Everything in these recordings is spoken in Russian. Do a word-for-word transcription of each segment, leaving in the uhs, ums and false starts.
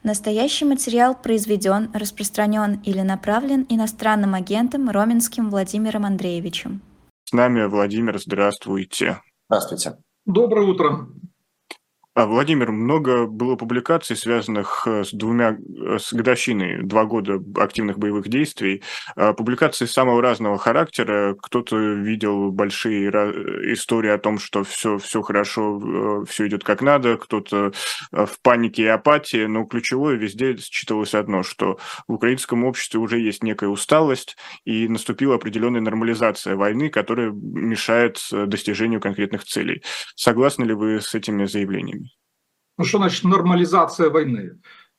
Настоящий материал произведен, распространен или направлен иностранным агентом Роменским Владимиром Андреевичем. С нами Владимир, здравствуйте. Здравствуйте. Доброе утро. А, Владимир, много было публикаций, связанных э, с двумя, э, с годовщиной, два года активных боевых действий. А, Публикации самого разного характера. Кто-то видел большие ра- истории о том, что все, все хорошо, все идет как надо, кто-то э, в панике и апатии, но ключевое везде считалось одно, что в украинском обществе уже есть некая усталость, и наступила определенная нормализация войны, которая мешает э, достижению конкретных целей. Согласны ли вы с этими заявлениями? Ну что значит нормализация войны?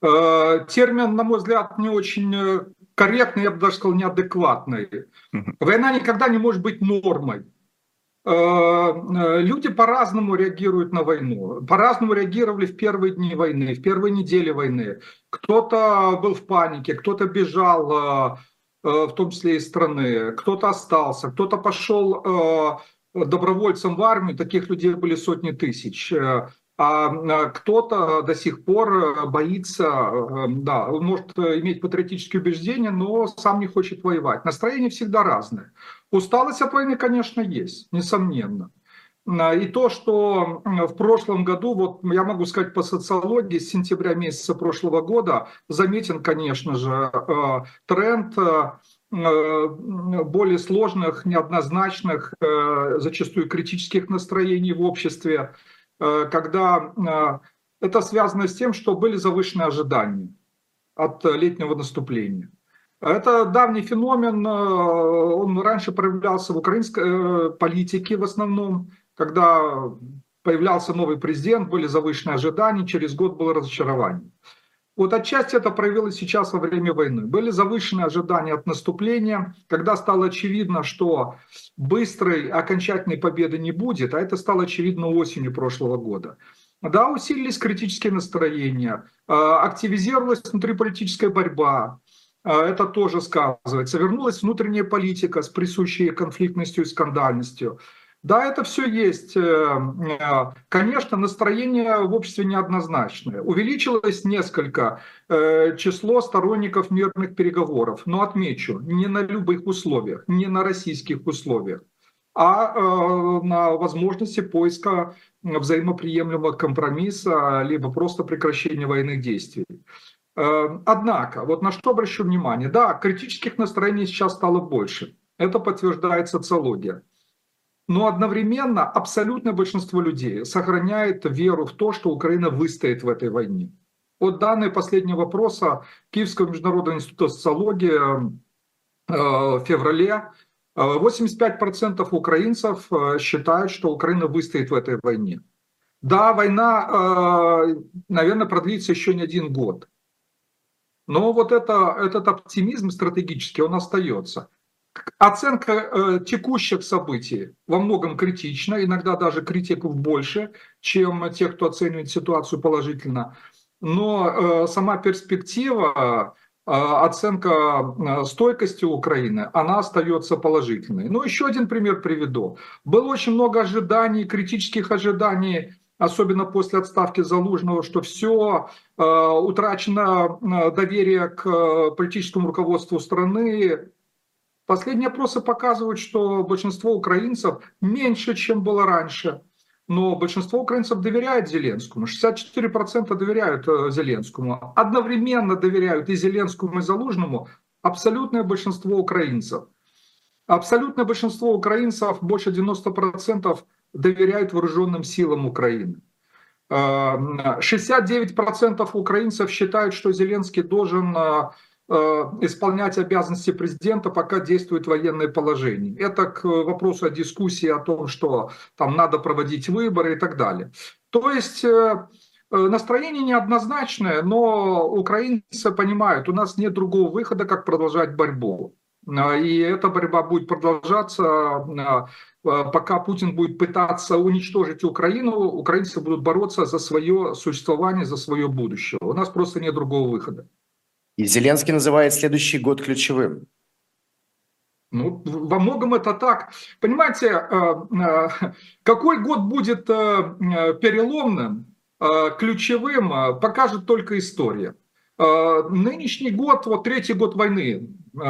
Э, Термин, на мой взгляд, не очень э, корректный, я бы даже сказал, неадекватный. Мгм. Война никогда не может быть нормой. Э, э, Люди по-разному реагируют на войну. По-разному реагировали в первые дни войны, в первые недели войны. Кто-то был в панике, кто-то бежал, э, э, в том числе из страны, кто-то остался, кто-то пошел э, добровольцем в армию, таких людей были сотни тысяч. Э, А э, кто-то до сих пор э, боится, э, да, он может э, иметь патриотические убеждения, но сам не хочет воевать. Настроение всегда разное. Усталость от войны, конечно, есть, несомненно. А, И то, что м, в прошлом году, вот я могу сказать по социологии, с сентября месяца прошлого года заметен, конечно же, э, тренд э, э, более сложных, неоднозначных, э, зачастую критических настроений в обществе, э, когда э, это связано с тем, что были завышенные ожидания от э, летнего наступления. Это давний феномен, э, он раньше проявлялся в украинской э, политике в основном, когда появлялся новый президент, были завышенные ожидания, через год было разочарование. Вот отчасти это проявилось сейчас во время войны. Были завышенные ожидания от наступления, когда стало очевидно, что быстрой окончательной победы не будет, а это стало очевидно осенью прошлого года. Да, усилились критические настроения, э, активизировалась внутриполитическая борьба, э, это тоже сказывается. Вернулась внутренняя политика с присущей конфликтностью и скандальностью. Да, это все есть. Э, э, Конечно, настроение в обществе неоднозначное. Увеличилось несколько э, число сторонников мирных переговоров. Но отмечу, не на любых условиях, не на российских условиях, а э, на возможности поиска взаимоприемлемого компромисса, либо просто прекращения военных действий. Э, Однако, вот на что обращу внимание. Да, критических настроений сейчас стало больше. Это подтверждает социология. Но одновременно абсолютное большинство людей сохраняет веру в то, что Украина выстоит в этой войне. Вот данные последнего опроса Киевского международного института социологии э, в феврале, э, восемьдесят пять процентов украинцев э, считают, что Украина выстоит в этой войне. Да, война, э, наверное, продлится еще не один год. Но вот это, этот оптимизм стратегический, он остается. Оценка э, текущих событий во многом критична, иногда даже критиков больше, чем тех, кто оценивает ситуацию положительно. Но э, сама перспектива, э, оценка э, стойкости Украины, она остается положительной. Ну, еще один пример приведу. Было очень много ожиданий, критических ожиданий, особенно после отставки Залужного, что все, э, утрачено э, доверие к э, политическому руководству страны. Последние опросы показывают, что большинство украинцев меньше, чем было раньше. Но большинство украинцев доверяет Зеленскому. шестьдесят четыре процента доверяют э, Зеленскому. Одновременно доверяют и Зеленскому, и Залужному абсолютное большинство украинцев. Абсолютное большинство украинцев, больше девяноста процентов, доверяют вооруженным силам Украины. Э, шестьдесят девять процентов украинцев считают, что Зеленский должен э, э, исполнять обязанности президента, пока действует военное положение. Это к вопросу о дискуссии о том, что там надо проводить выборы и так далее. То есть э, э, настроение неоднозначное, но украинцы понимают, у нас нет другого выхода, как продолжать борьбу. Э, И эта борьба будет продолжаться, э, пока Путин будет пытаться уничтожить Украину, украинцы будут бороться за свое существование, за свое будущее. У нас просто нет другого выхода. И Зеленский называет следующий год ключевым. Ну, во многом это так. Понимаете, э, э, какой год будет э, переломным, э, ключевым, э, покажет только история. Нынешний год, вот третий год войны,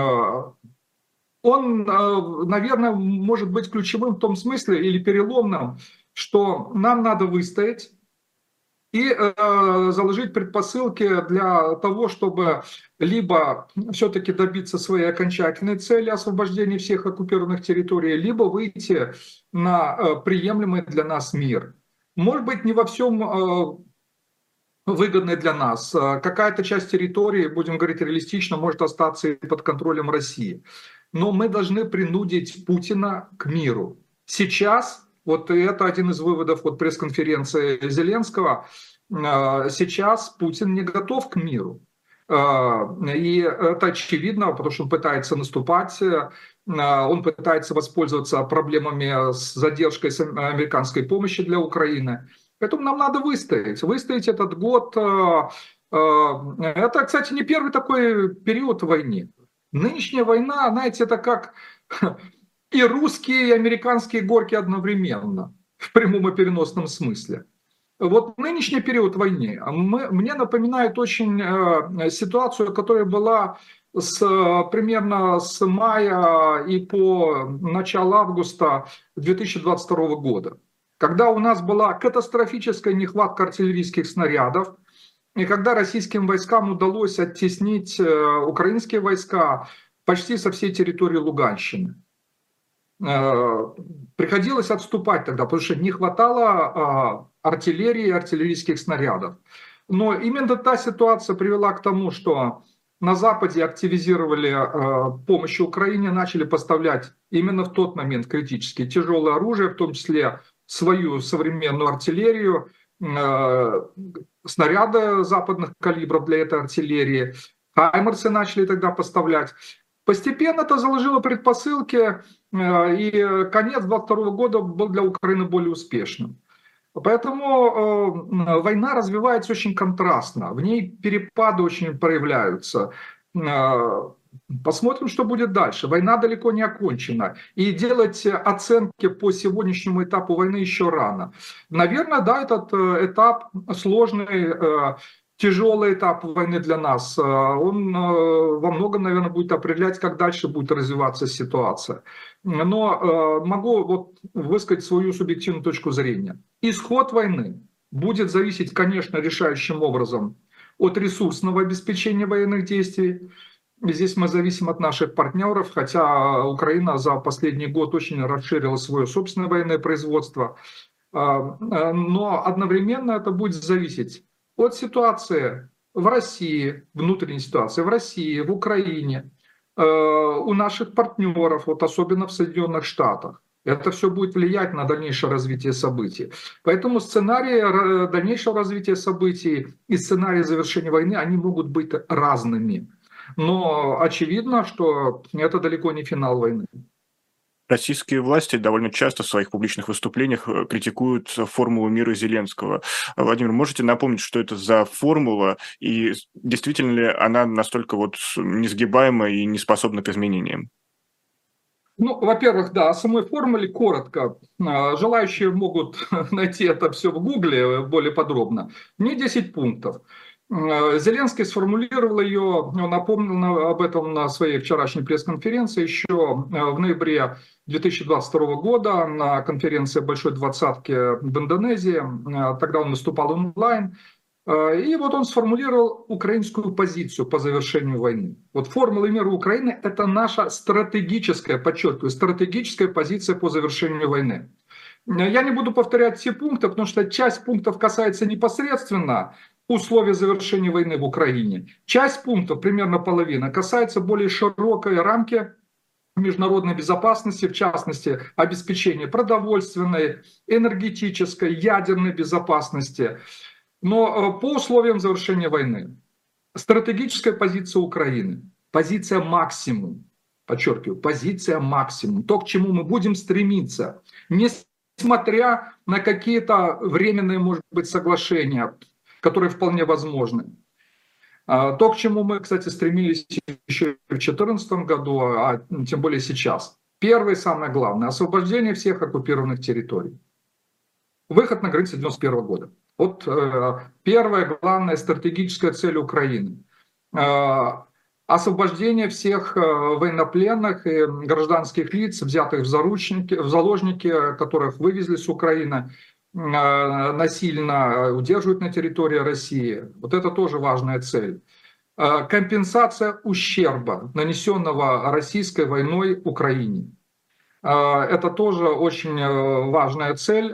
он, наверное, может быть ключевым в том смысле или переломным, что нам надо выстоять и э, заложить предпосылки для того, чтобы либо все-таки добиться своей окончательной цели освобождения всех оккупированных территорий, либо выйти на э, приемлемый для нас мир. Может быть, не во всем э, выгодный для нас. Какая-то часть территории, будем говорить реалистично, может остаться и под контролем России. Но мы должны принудить Путина к миру. Сейчас... Вот это один из выводов вот пресс-конференции Зеленского. Сейчас Путин не готов к миру. И это очевидно, потому что он пытается наступать, он пытается воспользоваться проблемами с задержкой американской помощи для Украины. Поэтому нам надо выстоять. Выстоять этот год. Это, кстати, не первый такой период войны. Нынешняя война, знаете, это как... И русские, и американские горки одновременно, в прямом и переносном смысле. Вот нынешний период войны мы, мне напоминает очень э, ситуацию, которая была с, примерно с мая и по начало августа две тысячи двадцать второго года, когда у нас была катастрофическая нехватка артиллерийских снарядов, и когда российским войскам удалось оттеснить э, украинские войска почти со всей территории Луганщины. Приходилось отступать тогда, потому что не хватало артиллерии и артиллерийских снарядов. Но именно та ситуация привела к тому, что на Западе активизировали помощь Украине, начали поставлять именно в тот момент критически тяжелое оружие, в том числе свою современную артиллерию, снаряды западных калибров для этой артиллерии. Хаймерсы начали тогда поставлять. Постепенно это заложило предпосылки, и конец двадцать двадцать второго года был для Украины более успешным. Поэтому э, война развивается очень контрастно, в ней перепады очень проявляются. Э, посмотрим, что будет дальше. Война далеко не окончена, и делать оценки по сегодняшнему этапу войны еще рано. Наверное, да, этот этап сложный, э, тяжелый этап войны для нас, он во многом, наверное, будет определять, как дальше будет развиваться ситуация. Но могу вот высказать свою субъективную точку зрения. Исход войны будет зависеть, конечно, решающим образом от ресурсного обеспечения военных действий. Здесь мы зависим от наших партнеров, хотя Украина за последний год очень расширила свое собственное военное производство. Но одновременно это будет зависеть от ситуации в России, внутренней ситуации в России, в Украине, э, у наших партнеров, вот особенно в Соединенных Штатах. Это все будет влиять на дальнейшее развитие событий. Поэтому сценарии дальнейшего развития событий и сценарии завершения войны, они могут быть разными. Но очевидно, что это далеко не финал войны. Российские власти довольно часто в своих публичных выступлениях критикуют формулу мира Зеленского. Владимир, можете напомнить, что это за формула, и действительно ли она настолько вот несгибаема и не способна к изменениям? Ну, во-первых, да, о самой формуле коротко. Желающие могут найти это все в Гугле более подробно. Мне десять пунктов. Зеленский сформулировал ее, напомнил об этом на своей вчерашней пресс-конференции еще в ноябре две тысячи двадцать второго года на конференции Большой Двадцатки в Индонезии. Тогда он выступал онлайн. И вот он сформулировал украинскую позицию по завершению войны. Вот формула мира Украины – это наша стратегическая, подчеркиваю, стратегическая позиция по завершению войны. Я не буду повторять все пункты, потому что часть пунктов касается непосредственно условий завершения войны в Украине. Часть пунктов, примерно половина, касается более широкой рамки международной безопасности, в частности, обеспечения продовольственной, энергетической, ядерной безопасности. Но по условиям завершения войны. Стратегическая позиция Украины. Позиция максимум. Подчеркиваю, позиция максимум. То, к чему мы будем стремиться. Несмотря на какие-то временные, может быть, соглашения, которые вполне возможны. То, к чему мы, кстати, стремились еще в две тысячи четырнадцатом году, а тем более сейчас. Первое и самое главное – освобождение всех оккупированных территорий. Выход на границы девяносто первого года. Вот э, первая главная стратегическая цель Украины. освобождение всех военнопленных и гражданских лиц, взятых в заручники, в заложники, которых вывезли с Украины, насильно удерживают на территории России. Вот это тоже важная цель. Компенсация ущерба, нанесенного российской войной Украине. Это тоже очень важная цель,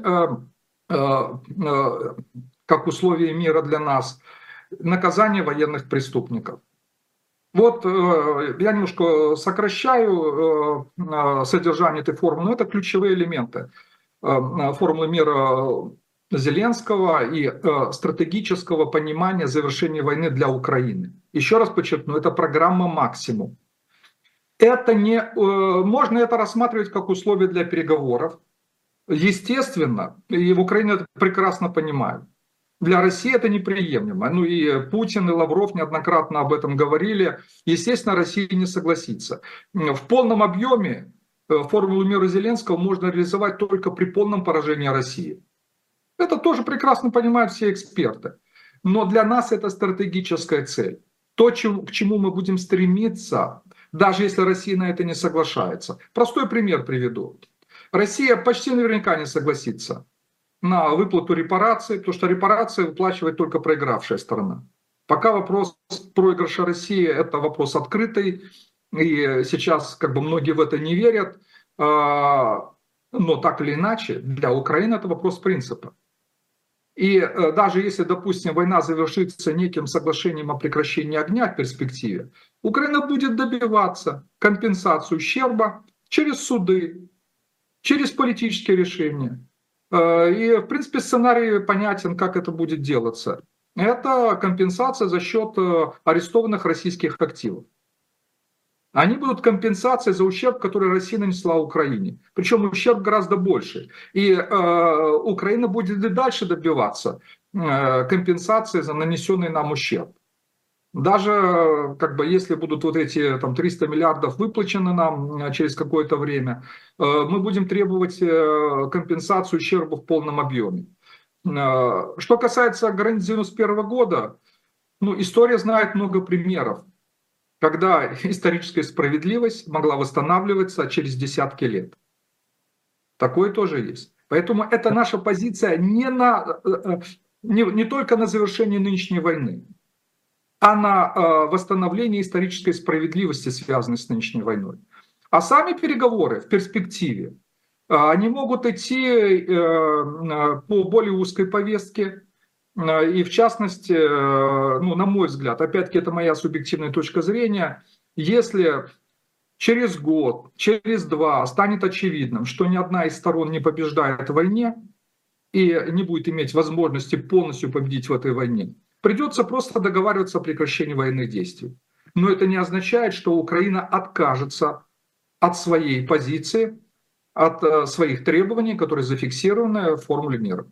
как условие мира для нас. Наказание военных преступников. Вот я немножко сокращаю содержание этой формулы, но это ключевые элементы формулы мира Зеленского и стратегического понимания завершения войны для Украины. Еще раз подчеркну, это программа «Максимум». Это не, можно это рассматривать как условие для переговоров. Естественно, и в Украине это прекрасно понимают. Для России это неприемлемо. Ну и Путин, и Лавров неоднократно об этом говорили. Естественно, Россия не согласится. В полном объеме формулу мира Зеленского можно реализовать только при полном поражении России. Это тоже прекрасно понимают все эксперты. Но для нас это стратегическая цель. То, к чему мы будем стремиться, даже если Россия на это не соглашается. Простой пример приведу. Россия почти наверняка не согласится на выплату репараций, потому что репарации выплачивает только проигравшая сторона. Пока вопрос проигрыша России — это вопрос открытый, и сейчас как бы многие в это не верят, но так или иначе для Украины это вопрос принципа. И даже если, допустим, война завершится неким соглашением о прекращении огня в перспективе, Украина будет добиваться компенсации ущерба через суды, через политические решения. И, в принципе, сценарий понятен, как это будет делаться. Это компенсация за счет арестованных российских активов. Они будут компенсацией за ущерб, который Россия нанесла Украине. Причем ущерб гораздо больше. И э, Украина будет и дальше добиваться э, компенсации за нанесенный нам ущерб. Даже как бы, если будут вот эти там, триста миллиардов выплачены нам через какое-то время, э, мы будем требовать э, компенсацию ущерба в полном объеме. Э, что касается границ девяносто первого года, ну, история знает много примеров, когда историческая справедливость могла восстанавливаться через десятки лет. Такое тоже есть. Поэтому это наша позиция не, на, не, не только на завершении нынешней войны, а на восстановлении исторической справедливости, связанной с нынешней войной. А сами переговоры в перспективе, они могут идти по более узкой повестке. И в частности, ну, на мой взгляд, опять-таки это моя субъективная точка зрения, если через год, через два станет очевидным, что ни одна из сторон не побеждает в войне и не будет иметь возможности полностью победить в этой войне, придется просто договариваться о прекращении военных действий. Но это не означает, что Украина откажется от своей позиции, от своих требований, которые зафиксированы в формуле мира.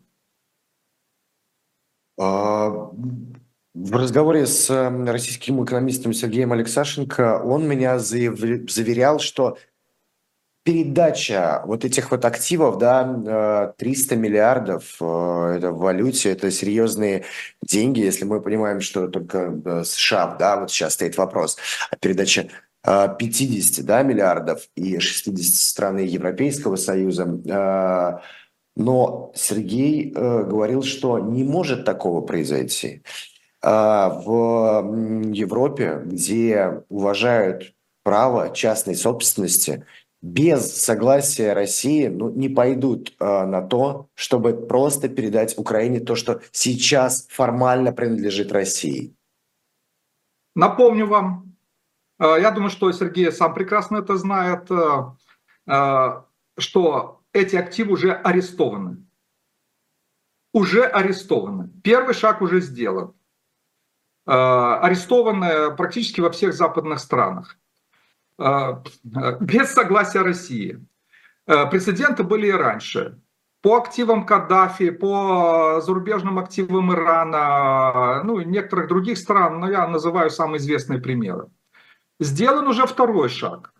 В разговоре с российским экономистом Сергеем Алексашенко он меня заверял, что передача вот этих вот активов, да, триста миллиардов, это в валюте, это серьезные деньги, если мы понимаем, что только США, да, вот сейчас стоит вопрос, а передача пятьдесят, да, миллиардов и шестьдесят стран Европейского Союза. Но Сергей э, говорил, что не может такого произойти. А в Европе, где уважают право частной собственности, без согласия России ну, не пойдут э, на то, чтобы просто передать Украине то, что сейчас формально принадлежит России. Напомню вам, э, я думаю, что Сергей сам прекрасно это знает, э, э, что эти активы уже арестованы. Уже арестованы. Первый шаг уже сделан. Э, арестованы практически во всех западных странах. Э, без согласия России. Э, прецеденты были и раньше. По активам Каддафи, по зарубежным активам Ирана, ну и некоторых других стран, но я называю самые известные примеры. Сделан уже второй шаг.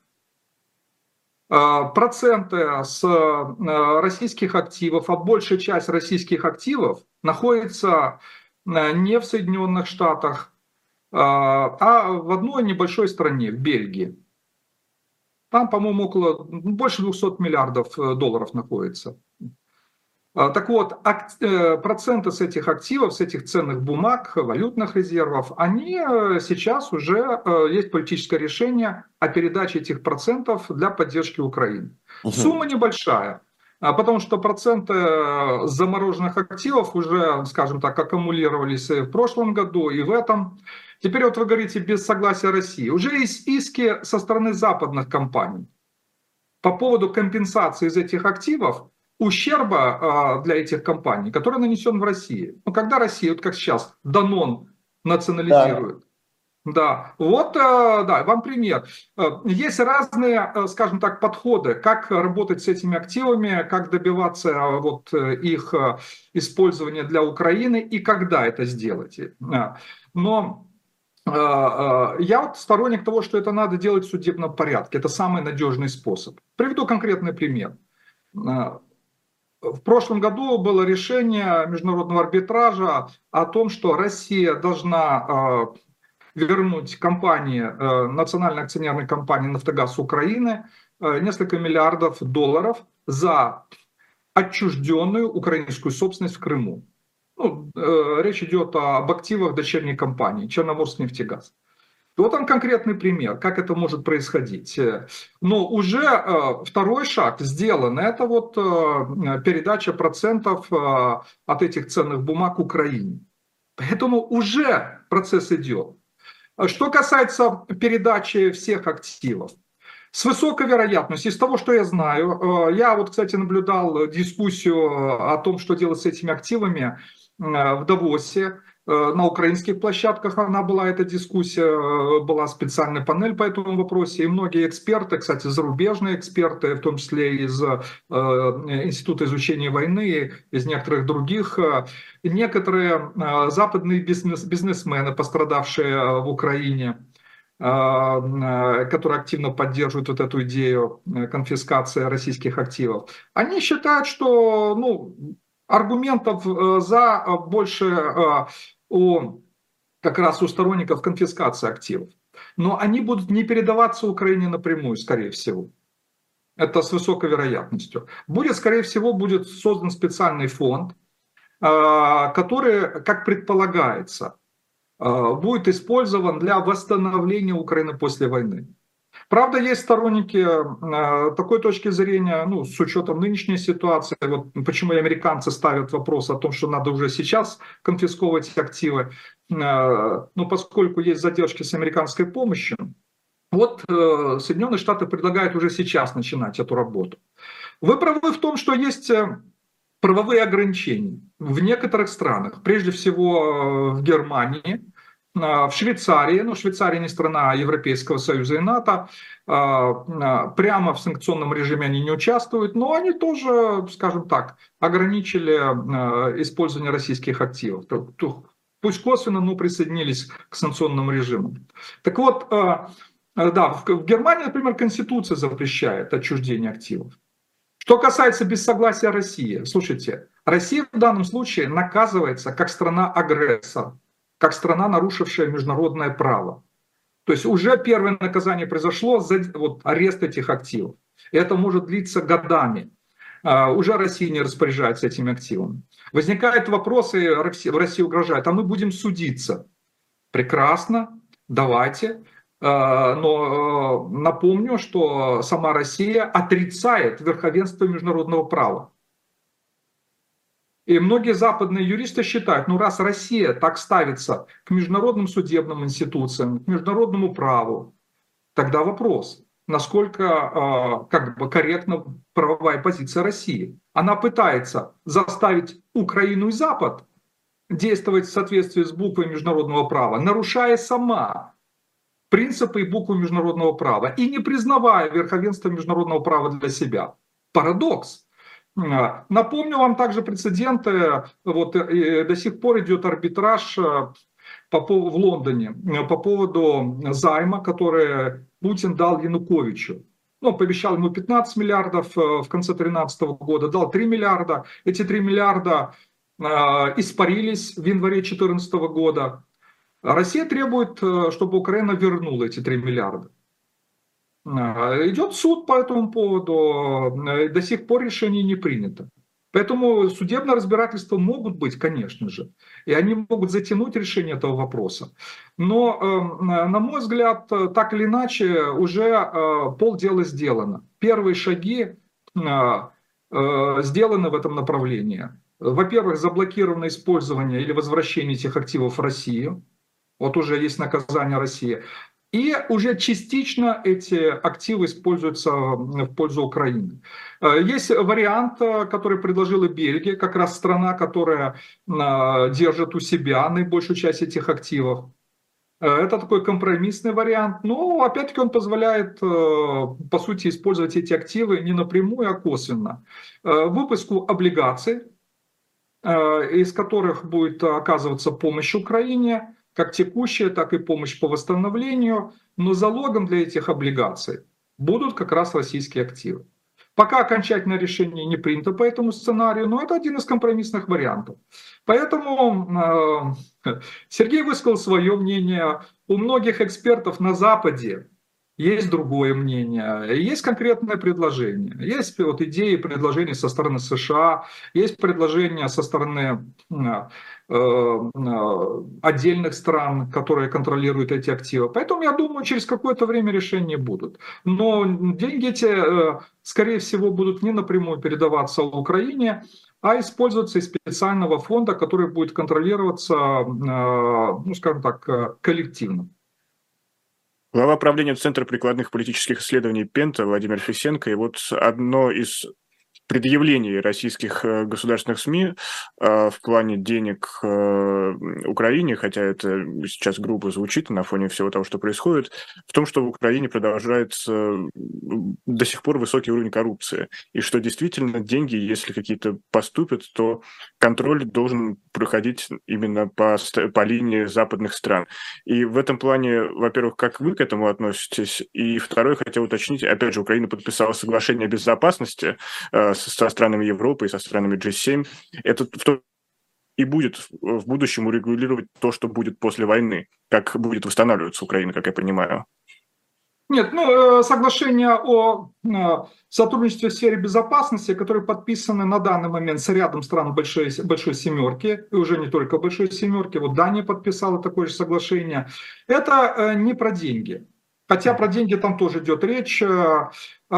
Проценты с российских активов, а большая часть российских активов находится не в Соединенных Штатах, а в одной небольшой стране, в Бельгии. Там, по-моему, около больше двухсот миллиардов долларов находится. Так вот, проценты с этих активов, с этих ценных бумаг, валютных резервов, они сейчас уже есть политическое решение о передаче этих процентов для поддержки Украины. Угу. Сумма небольшая, потому что проценты замороженных активов уже, скажем так, аккумулировались и в прошлом году, и в этом. Теперь вот вы говорите, без согласия России. Уже есть иски со стороны западных компаний по поводу компенсации из этих активов ущерба для этих компаний, который нанесен в России. Ну, когда Россия, вот как сейчас, Данон национализирует. Да, да. Вот, да, вам пример. Есть разные, скажем так, подходы, как работать с этими активами, как добиваться вот их использования для Украины и когда это сделать. Но я вот сторонник того, что это надо делать в судебном порядке. Это самый надежный способ. Приведу конкретный пример. В прошлом году было решение международного арбитража о том, что Россия должна вернуть компании, национальной акционерной компании «Нафтогаз Украины» несколько миллиардов долларов за отчужденную украинскую собственность в Крыму. Ну, речь идет об активах дочерней компании «Черноморскнефтегаз». Вот там конкретный пример, как это может происходить. Но уже второй шаг сделан. Это вот передача процентов от этих ценных бумаг Украине. Поэтому уже процесс идет. Что касается передачи всех активов. С высокой вероятностью, из того, что я знаю, я вот, кстати, наблюдал дискуссию о том, что делать с этими активами в Давосе. На украинских площадках она была, эта дискуссия, была специальная панель по этому вопросу, и многие эксперты, кстати, зарубежные эксперты, в том числе из Института изучения войны, из некоторых других, некоторые западные бизнес, бизнесмены, пострадавшие в Украине, которые активно поддерживают вот эту идею конфискации российских активов, они считают, что, ну, аргументов за больше у, как раз у сторонников конфискации активов. Но они будут не передаваться Украине напрямую, скорее всего. Это с высокой вероятностью. Будет, скорее всего, будет создан специальный фонд, который, как предполагается, будет использован для восстановления Украины после войны. Правда, есть сторонники э, такой точки зрения, ну, с учетом нынешней ситуации, вот почему и американцы ставят вопрос о том, что надо уже сейчас конфисковывать активы, э, ну, поскольку есть задержки с американской помощью, вот э, Соединенные Штаты предлагают уже сейчас начинать эту работу. Вы правы в том, что есть правовые ограничения в некоторых странах, прежде всего в Германии, в Швейцарии, ну, Швейцария не страна Европейского Союза и НАТО, прямо в санкционном режиме они не участвуют, но они тоже, скажем так, ограничили использование российских активов. Пусть косвенно, но присоединились к санкционному режиму. Так вот, да, в Германии, например, Конституция запрещает отчуждение активов. Что касается без согласия России, слушайте, Россия в данном случае наказывается как страна-агрессор, как страна, нарушившая международное право. То есть уже первое наказание произошло за вот, арест этих активов. И это может длиться годами. Uh, уже Россия не распоряжается этими активами. Возникают вопросы, в России угрожают, а мы будем судиться. Прекрасно, давайте. Uh, но uh, напомню, что сама Россия отрицает верховенство международного права. И многие западные юристы считают, ну раз Россия так ставится к международным судебным институциям, к международному праву, тогда вопрос, насколько как бы корректна правовая позиция России. Она пытается заставить Украину и Запад действовать в соответствии с буквой международного права, нарушая сама принципы и букву международного права и не признавая верховенство международного права для себя. Парадокс. Напомню вам также прецеденты, вот до сих пор идет арбитраж по, в Лондоне по поводу займа, который Путин дал Януковичу. Ну, пообещал ему пятнадцать миллиардов в конце две тысячи тринадцатого года, дал три миллиарда. Эти три миллиарда э, испарились в январе две тысячи четырнадцатого года. Россия требует, чтобы Украина вернула эти три миллиарда. Идет суд по этому поводу, до сих пор решение не принято. Поэтому судебные разбирательства могут быть, конечно же, и они могут затянуть решение этого вопроса. Но, на мой взгляд, так или иначе, уже полдела сделано. Первые шаги сделаны в этом направлении. Во-первых, заблокировано использование или возвращение этих активов в Россию. Вот уже есть наказание России. И уже частично эти активы используются в пользу Украины. Есть вариант, который предложила Бельгия, как раз страна, которая держит у себя наибольшую часть этих активов. Это такой компромиссный вариант, но опять-таки он позволяет, по сути, использовать эти активы не напрямую, а косвенно. Выпуску облигаций, из которых будет оказываться помощь Украине, как текущая, так и помощь по восстановлению, но залогом для этих облигаций будут как раз российские активы. Пока окончательное решение не принято по этому сценарию, но это один из компромиссных вариантов. Поэтому э, Сергей высказал свое мнение. У многих экспертов на Западе есть другое мнение, есть конкретное предложение, есть вот идеи, предложения со стороны США, есть предложения со стороны э, э, отдельных стран, которые контролируют эти активы. Поэтому я думаю, через какое-то время решения будут. Но деньги эти, э, скорее всего, будут не напрямую передаваться Украине, а использоваться из специального фонда, который будет контролироваться, э, ну, скажем так, коллективно. Глава правления Центра прикладных политических исследований Пента Владимир Фисенко. И вот одно из предъявлений российских государственных СМИ э, в плане денег э, Украине, хотя это сейчас грубо звучит на фоне всего того, что происходит, в том, что в Украине продолжается до сих пор высокий уровень коррупции, и что действительно деньги, если какие-то поступят, то контроль должен проходить именно по, по линии западных стран. И в этом плане, во-первых, как вы к этому относитесь? И второе, хотел уточнить, опять же, Украина подписала соглашение о безопасности э, со странами Европы и со странами джи семь. Это и будет в будущем урегулировать то, что будет после войны, как будет восстанавливаться Украина, как я понимаю. Нет, ну, соглашения о сотрудничестве в сфере безопасности, которые подписаны на данный момент с рядом стран Большой, Большой Семерки, и уже не только Большой Семерки, вот Дания подписала такое же соглашение, это не про деньги. Хотя про деньги там тоже идет речь. Это,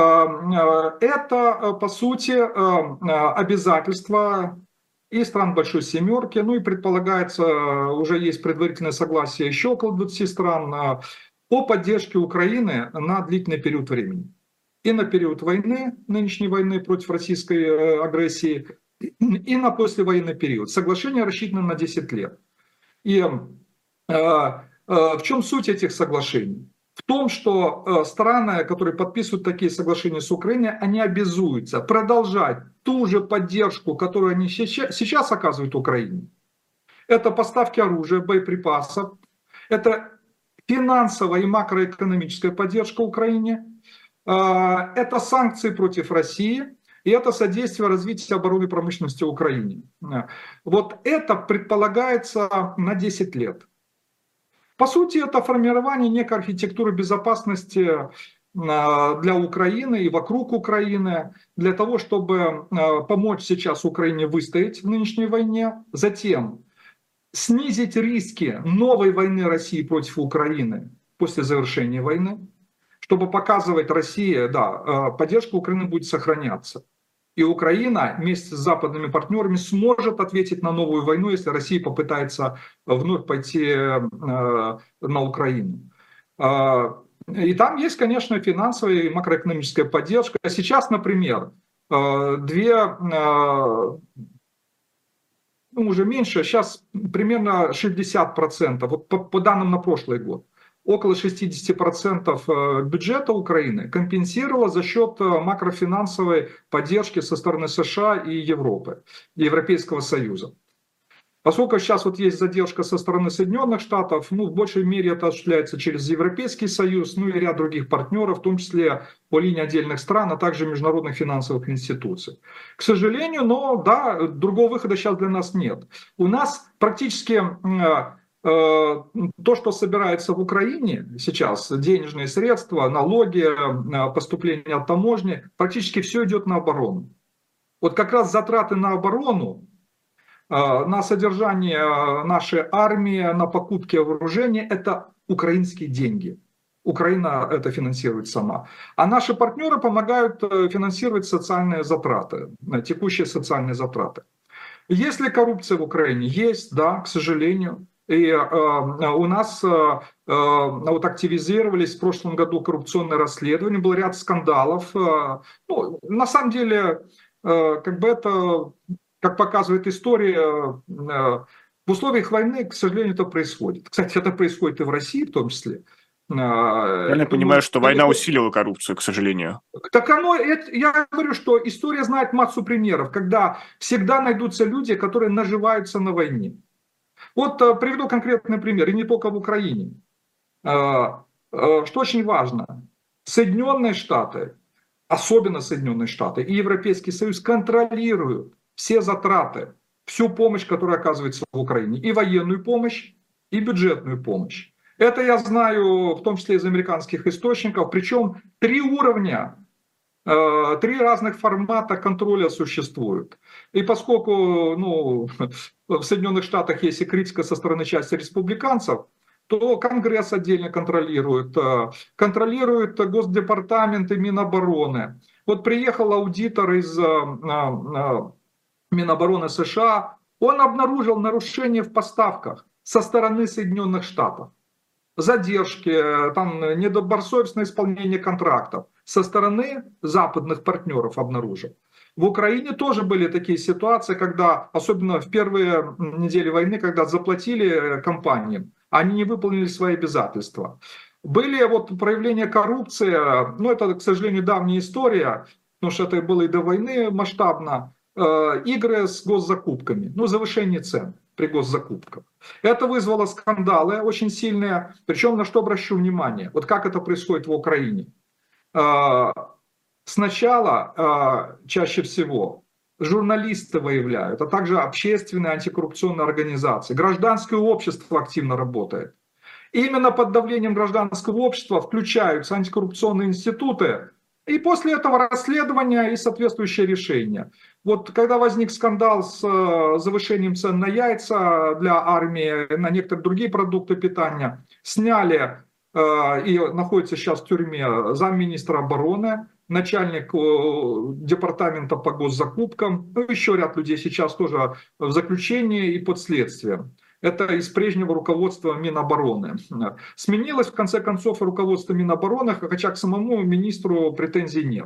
по сути, обязательства и стран Большой Семерки, ну и предполагается, уже есть предварительное согласие еще около двадцати стран о поддержке Украины на длительный период времени. И на период войны, нынешней войны против российской агрессии, и на послевоенный период. Соглашение рассчитано на десять лет. И э, э, в чем суть этих соглашений? В том, что страны, которые подписывают такие соглашения с Украиной, они обязуются продолжать ту же поддержку, которую они сейчас оказывают Украине. Это поставки оружия, боеприпасов, это финансовая и макроэкономическая поддержка Украине, это санкции против России, и это содействие развитию оборонной промышленности Украины. Вот это предполагается на десять лет. По сути, это формирование некой архитектуры безопасности для Украины и вокруг Украины, для того, чтобы помочь сейчас Украине выстоять в нынешней войне, затем снизить риски новой войны России против Украины после завершения войны, чтобы показывать России, да, поддержка Украины будет сохраняться. И Украина вместе с западными партнерами сможет ответить на новую войну, если Россия попытается вновь пойти на Украину. И там есть, конечно, финансовая и макроэкономическая поддержка. Сейчас, например, две, ну, уже меньше, сейчас примерно шестьдесят процентов, вот по, по данным на прошлый год, около шестьдесят процентов бюджета Украины компенсировало за счет макрофинансовой поддержки со стороны США и Европы, Европейского Союза. Поскольку сейчас вот есть задержка со стороны Соединенных Штатов, ну, в большей мере это осуществляется через Европейский Союз, ну и ряд других партнеров, в том числе по линии отдельных стран, а также международных финансовых институций. К сожалению, но да, другого выхода сейчас для нас нет. У нас практически то, что собирается в Украине сейчас, денежные средства, налоги, поступления от таможни, практически все идет на оборону. Вот как раз затраты на оборону, на содержание нашей армии, на покупки вооружения – это украинские деньги. Украина это финансирует сама. А наши партнеры помогают финансировать социальные затраты, текущие социальные затраты. Есть ли коррупция в Украине? Есть, да, к сожалению. И э, у нас э, вот активизировались в прошлом году коррупционные расследования, был ряд скандалов. Э, ну, на самом деле, э, как бы это, как показывает история, э, в условиях войны, к сожалению, это происходит. Кстати, это происходит и в России в том числе. Я не понимаю, что война усилила коррупцию, к сожалению. Так оно, я говорю, что история знает массу примеров, когда всегда найдутся люди, которые наживаются на войне. Вот приведу конкретный пример, и не только в Украине. Что очень важно, Соединенные Штаты, особенно Соединенные Штаты и Европейский Союз контролируют все затраты, всю помощь, которая оказывается в Украине, и военную помощь, и бюджетную помощь. Это я знаю в том числе из американских источников, причем три уровня, э, три разных формата контроля существуют. И поскольку ну, в Соединенных Штатах есть и критика со стороны части республиканцев, то Конгресс отдельно контролирует, э, контролирует Госдепартамент и Минобороны. Вот приехал аудитор из э, э, Минобороны США, он обнаружил нарушения в поставках со стороны Соединенных Штатов. Задержки, там, недобросовестное исполнение контрактов со стороны западных партнеров обнаружил. В Украине тоже были такие ситуации, когда, особенно в первые недели войны, когда заплатили компаниям, они не выполнили свои обязательства. Были вот проявления коррупции, ну это, к сожалению, давняя история, потому что это было и до войны масштабно, игры с госзакупками, ну завышение цен при госзакупках. Это вызвало скандалы очень сильные, причем на что обращу внимание, вот как это происходит в Украине. Сначала, чаще всего, журналисты выявляют, а также общественные антикоррупционные организации, гражданское общество активно работает. Именно под давлением гражданского общества включаются антикоррупционные институты, и после этого расследования и соответствующее решение. Вот когда возник скандал с завышением цен на яйца для армии, на некоторые другие продукты питания, сняли э, и находится сейчас в тюрьме замминистра обороны, начальник департамента по госзакупкам, ну, еще ряд людей сейчас тоже в заключении и под следствием. Это из прежнего руководства Минобороны. Сменилось, в конце концов, руководство Минобороны, хотя к самому министру претензий нет.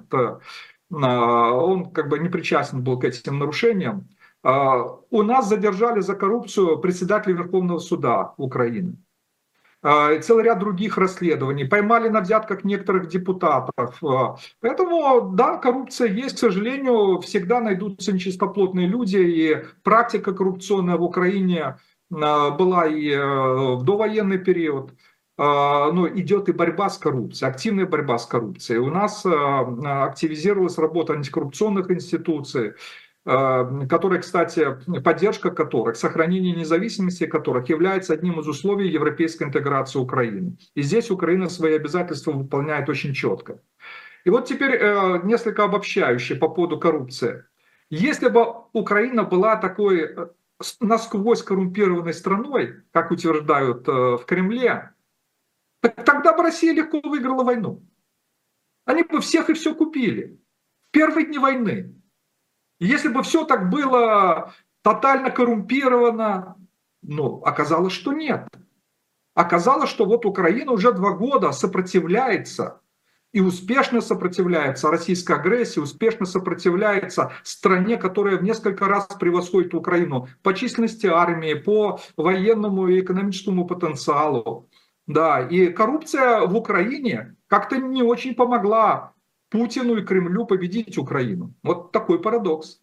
Он как бы не причастен был к этим нарушениям. У нас задержали за коррупцию председателя Верховного суда Украины. И целый ряд других расследований. Поймали на взятках некоторых депутатов. Поэтому, да, коррупция есть. К сожалению, всегда найдутся нечистоплотные люди. И практика коррупционная в Украине была и в довоенный период. Но идет и борьба с коррупцией, активная борьба с коррупцией. У нас активизировалась работа антикоррупционных институций, которые, кстати, поддержка которых, сохранение независимости которых является одним из условий европейской интеграции Украины. И здесь Украина свои обязательства выполняет очень четко. И вот теперь несколько обобщающее по поводу коррупции. Если бы Украина была такой насквозь коррумпированной страной, как утверждают в Кремле, тогда бы Россия легко выиграла войну. Они бы всех и все купили. В первые дни войны. Если бы все так было тотально коррумпировано, но оказалось, что нет. Оказалось, что вот Украина уже два года сопротивляется и успешно сопротивляется российской агрессии, успешно сопротивляется стране, которая в несколько раз превосходит Украину по численности армии, по военному и экономическому потенциалу. Да, и коррупция в Украине как-то не очень помогла Путину и Кремлю победить Украину. Вот такой парадокс.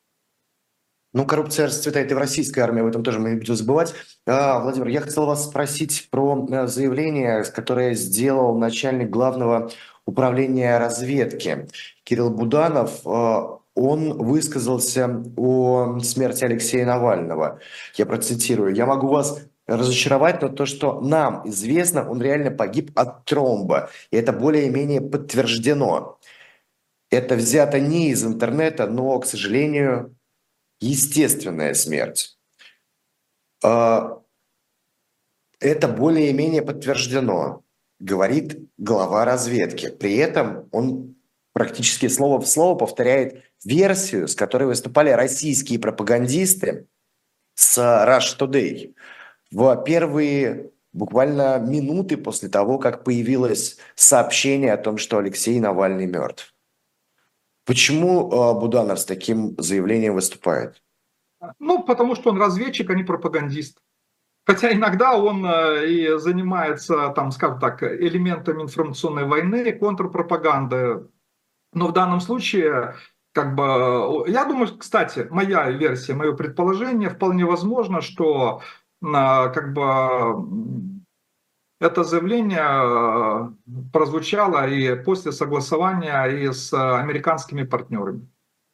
Ну, коррупция расцветает и в российской армии, об этом тоже мы не будем забывать. А, Владимир, я хотел вас спросить про заявление, которое сделал начальник главного управления разведки Кирилл Буданов. Он высказался о смерти Алексея Навального. Я процитирую. «Я могу вас разочаровать, но то, что нам известно, он реально погиб от тромба. И это более-менее подтверждено. Это взято не из интернета, но, к сожалению, естественная смерть. А, Это более-менее подтверждено, говорит глава разведки. При этом он практически слово в слово повторяет версию, с которой выступали российские пропагандисты с Russia Today в первые буквально минуты после того, как появилось сообщение о том, что Алексей Навальный мертв. Почему э, Буданов с таким заявлением выступает? Ну, потому что он разведчик, а не пропагандист. Хотя иногда он э, и занимается, там, скажем так, элементами информационной войны, контрпропаганды. Но в данном случае, как бы, я думаю, кстати, моя версия, мое предположение, вполне возможно, что э, как бы это заявление прозвучало и после согласования и с американскими партнерами.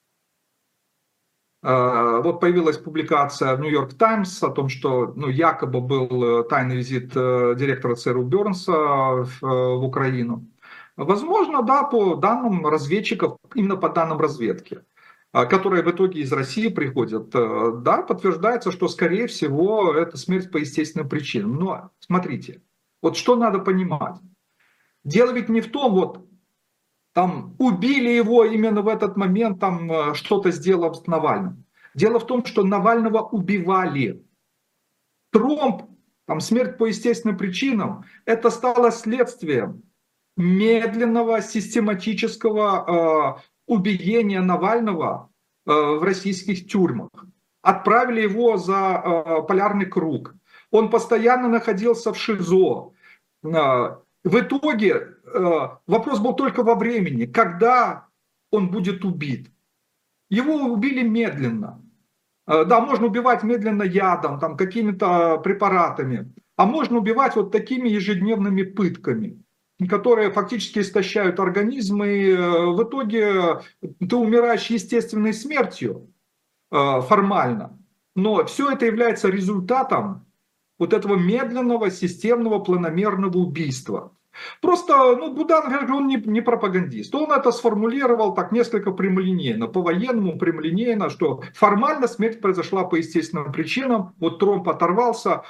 Вот появилась публикация в Нью-Йорк Таймс о том, что ну, якобы был тайный визит директора ЦРУ Бернса в, в Украину. Возможно, да, по данным разведчиков, именно по данным разведки, которые в итоге из России приходят, да, подтверждается, что, скорее всего, это смерть по естественным причинам. Но смотрите, вот что надо понимать. Дело ведь не в том, вот, там, убили его именно в этот момент, там, что-то сделав с Навальным. Дело в том, что Навального убивали. Тромб, там, смерть по естественным причинам, это стало следствием медленного, систематического э, убиения Навального э, в российских тюрьмах. Отправили его за э, полярный круг. Он постоянно находился в ШИЗО. Э, в итоге э, вопрос был только во времени, когда он будет убит. Его убили медленно. Э, да, можно убивать медленно ядом, там, какими-то препаратами, а можно убивать вот такими ежедневными пытками, которые фактически истощают организм, и в итоге ты умираешь естественной смертью формально. Но все это является результатом вот этого медленного, системного, планомерного убийства. Просто, ну, Буданов, он не, не пропагандист. Он это сформулировал так несколько прямолинейно, по-военному прямолинейно, что формально смерть произошла по естественным причинам, вот тромб оторвался,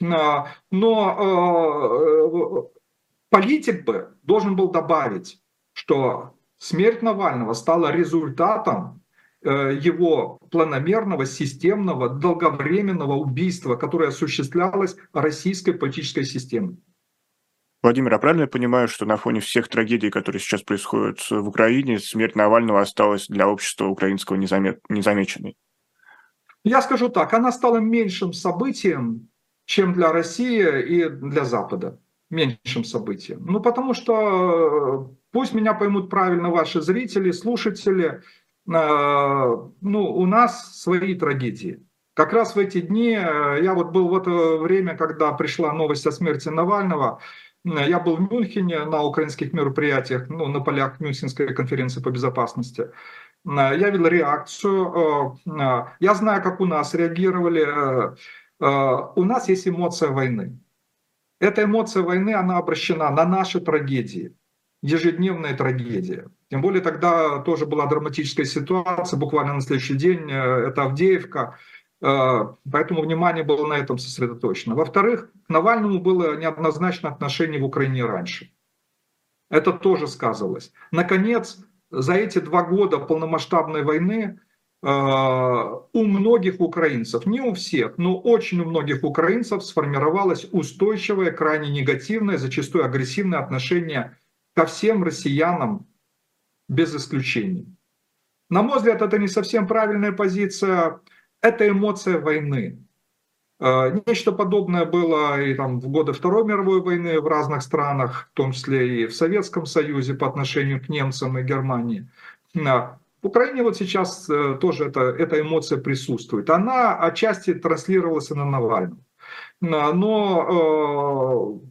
но... Политик бы должен был добавить, что смерть Навального стала результатом его планомерного, системного, долговременного убийства, которое осуществлялось российской политической системой. Владимир, а правильно я понимаю, что на фоне всех трагедий, которые сейчас происходят в Украине, смерть Навального осталась для общества украинского незамет... незамеченной? Я скажу так, она стала меньшим событием, чем для России и для Запада. Меньшим событием. Ну, потому что, пусть меня поймут правильно ваши зрители, слушатели, э, ну, у нас свои трагедии. Как раз в эти дни, я вот был в это время, когда пришла новость о смерти Навального, я был в Мюнхене на украинских мероприятиях, ну, на полях Мюнхенской конференции по безопасности. Я видел реакцию, я знаю, как у нас реагировали. У нас есть эмоция войны. Эта эмоция войны, она обращена на наши трагедии, ежедневные трагедии. Тем более тогда тоже была драматическая ситуация, буквально на следующий день, это Авдеевка, поэтому внимание было на этом сосредоточено. Во-вторых, к Навальному было неоднозначное отношение в Украине раньше. Это тоже сказывалось. Наконец, за эти два года полномасштабной войны у многих украинцев, не у всех, но очень у многих украинцев сформировалось устойчивое, крайне негативное, зачастую агрессивное отношение ко всем россиянам без исключений. На мой взгляд, это не совсем правильная позиция, это эмоция войны. Нечто подобное было и там, в годы Второй мировой войны в разных странах, в том числе и в Советском Союзе по отношению к немцам и Германии. В Украине вот сейчас тоже это, эта эмоция присутствует. Она отчасти транслировалась и на Навального. Но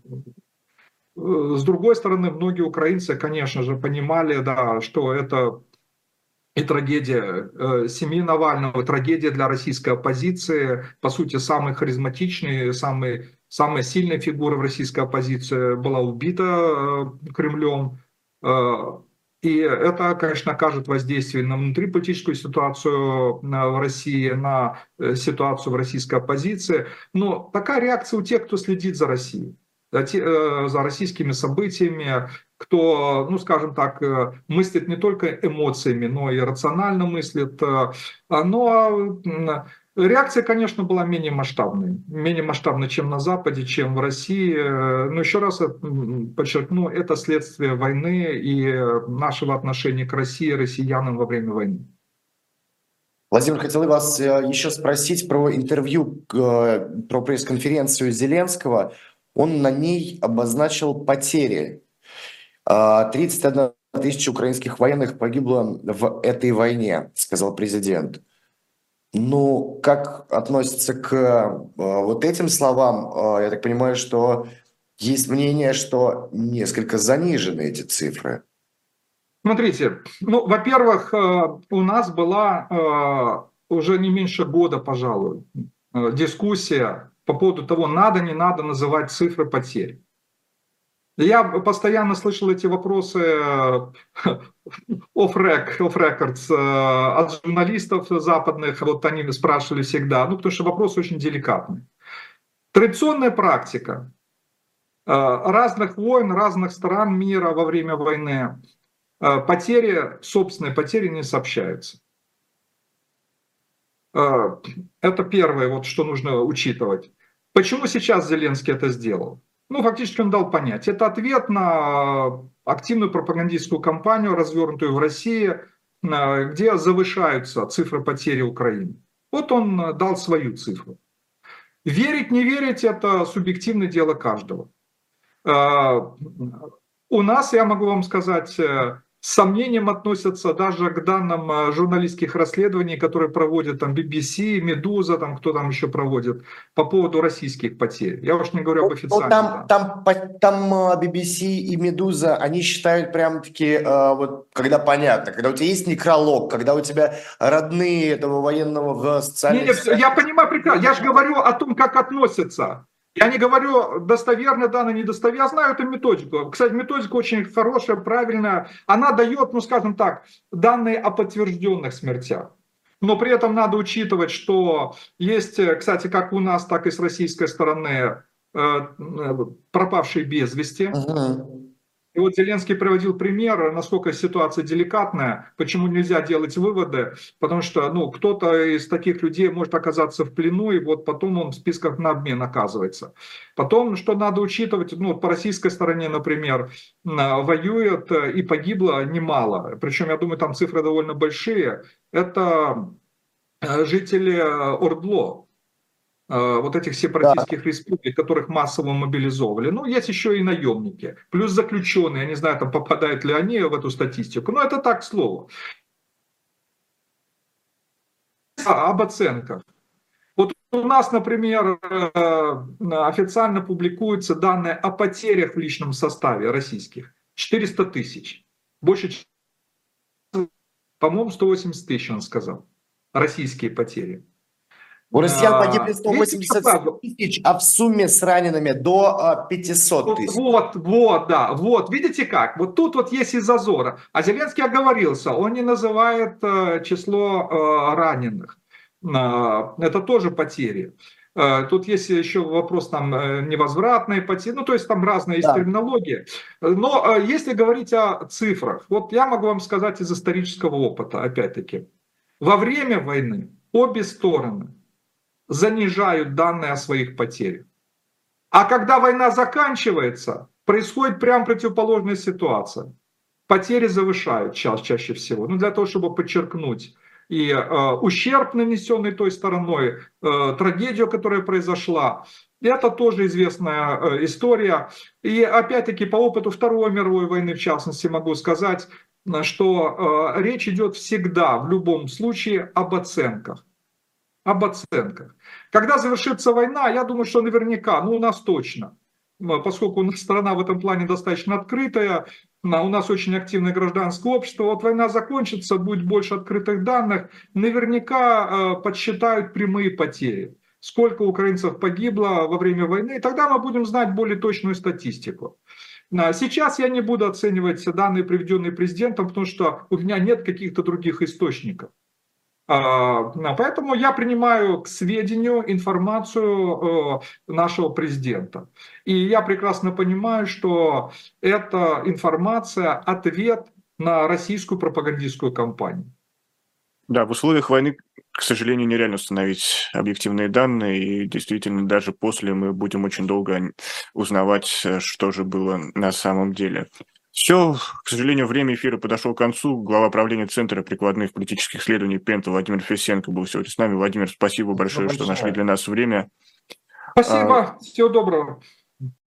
с другой стороны, многие украинцы, конечно же, понимали, да, что это и трагедия э, семьи Навального, трагедия для российской оппозиции. По сути, самый харизматичный, самый, самая сильная фигура в российской оппозиции была убита э, Кремлем. Э, и это, конечно, окажет воздействие на внутриполитическую ситуацию в России, на ситуацию в российской оппозиции. Но такая реакция у тех, кто следит за Россией, за российскими событиями, кто, ну, скажем так, мыслит не только эмоциями, но и рационально мыслит. Но реакция, конечно, была менее масштабной. Менее масштабной, чем на Западе, чем в России. Но еще раз подчеркну, это следствие войны и нашего отношения к России, россиянам во время войны. Владимир, хотел вас еще спросить про интервью, про пресс-конференцию Зеленского. Он на ней обозначил потери. тридцать одна тысяча украинских военных погибло в этой войне, сказал президент. Ну, как относится к вот этим словам? Я так понимаю, что есть мнение, что несколько занижены эти цифры. Смотрите, ну, во-первых, у нас была уже не меньше года, пожалуй, дискуссия по поводу того, надо, не надо называть цифры потерь. Я постоянно слышал эти вопросы off-records от журналистов западных, вот они спрашивали всегда, ну, потому что вопрос очень деликатный. Традиционная практика разных войн, разных стран мира во время войны, потери, собственные потери не сообщаются. Это первое, вот, что нужно учитывать. Почему сейчас Зеленский это сделал? Ну, фактически он дал понять. Это ответ на активную пропагандистскую кампанию, развернутую в России, где завышаются цифры потери Украины. Вот он дал свою цифру. Верить, не верить – это субъективное дело каждого. У нас, я могу вам сказать, с сомнением относятся даже к данным журналистских расследований, которые проводят там би би си, Медуза, там кто там еще проводит, по поводу российских потерь. Я уж не говорю об официальных. Ну, там, там, там би би си и Медуза, они считают прям-таки, э, вот, когда понятно, когда у тебя есть некролог, когда у тебя родные этого военного в социальных не, не, я понимаю прекрасно, я же говорю о том, как относятся. Я не говорю достоверно данные, недостоверно. Я знаю эту методику. Кстати, методика очень хорошая, правильная. Она дает, ну скажем так, данные о подтвержденных смертях. Но при этом надо учитывать, что есть, кстати, как у нас, так и с российской стороны, пропавшие без вести. Uh-huh. И вот Зеленский приводил пример, насколько ситуация деликатная, почему нельзя делать выводы, потому что ну, кто-то из таких людей может оказаться в плену, и вот потом он в списках на обмен оказывается. Потом, что надо учитывать, ну, по российской стороне, например, воюет и погибло немало, причем, я думаю, там цифры довольно большие, это жители Ордло, вот этих сепаратистских да. республик, которых массово мобилизовали. Ну, есть еще и наемники, плюс заключенные, я не знаю, там попадают ли они в эту статистику, но это так, к слову. Об оценках. Вот у нас, например, официально публикуются данные о потерях в личном составе российских. четыреста тысяч. Больше, по-моему, сто восемьдесят тысяч, он сказал. Российские потери. У россиян погибли сто восемьдесят тысяч, а в сумме с ранеными до пятисот тысяч. Вот, вот, да, вот, видите как? Вот тут вот есть и зазора. А Зеленский оговорился, он не называет число раненых. Это тоже потери. Тут есть еще вопрос там невозвратные потери, ну то есть там разная есть да. терминология. Но если говорить о цифрах, вот я могу вам сказать из исторического опыта, опять-таки, во время войны обе стороны занижают данные о своих потерях. А когда война заканчивается, происходит прям противоположная ситуация. Потери завышают ча- чаще всего. Ну, для того, чтобы подчеркнуть и э, ущерб, нанесенный той стороной, э, трагедию, которая произошла. Это тоже известная э, история. И опять-таки по опыту Второй мировой войны, в частности, могу сказать, что э, речь идет всегда, в любом случае, об оценках. Об оценках. Когда завершится война, я думаю, что наверняка, ну у нас точно, поскольку у нас страна в этом плане достаточно открытая, у нас очень активное гражданское общество, вот война закончится, будет больше открытых данных, наверняка подсчитают прямые потери. Сколько украинцев погибло во время войны, и тогда мы будем знать более точную статистику. Сейчас я не буду оценивать данные, приведенные президентом, потому что у меня нет каких-то других источников. Поэтому я принимаю к сведению информацию нашего президента. И я прекрасно понимаю, что эта информация – ответ на российскую пропагандистскую кампанию. Да, в условиях войны, к сожалению, нереально установить объективные данные, и действительно даже после мы будем очень долго узнавать, что же было на самом деле. Все, к сожалению, время эфира подошло к концу. Глава правления Центра прикладных политических исследований ПЕНТа Владимир Фесенко был сегодня с нами. Владимир, спасибо большое, Спасибо что большое. нашли для нас время. Спасибо, всего доброго.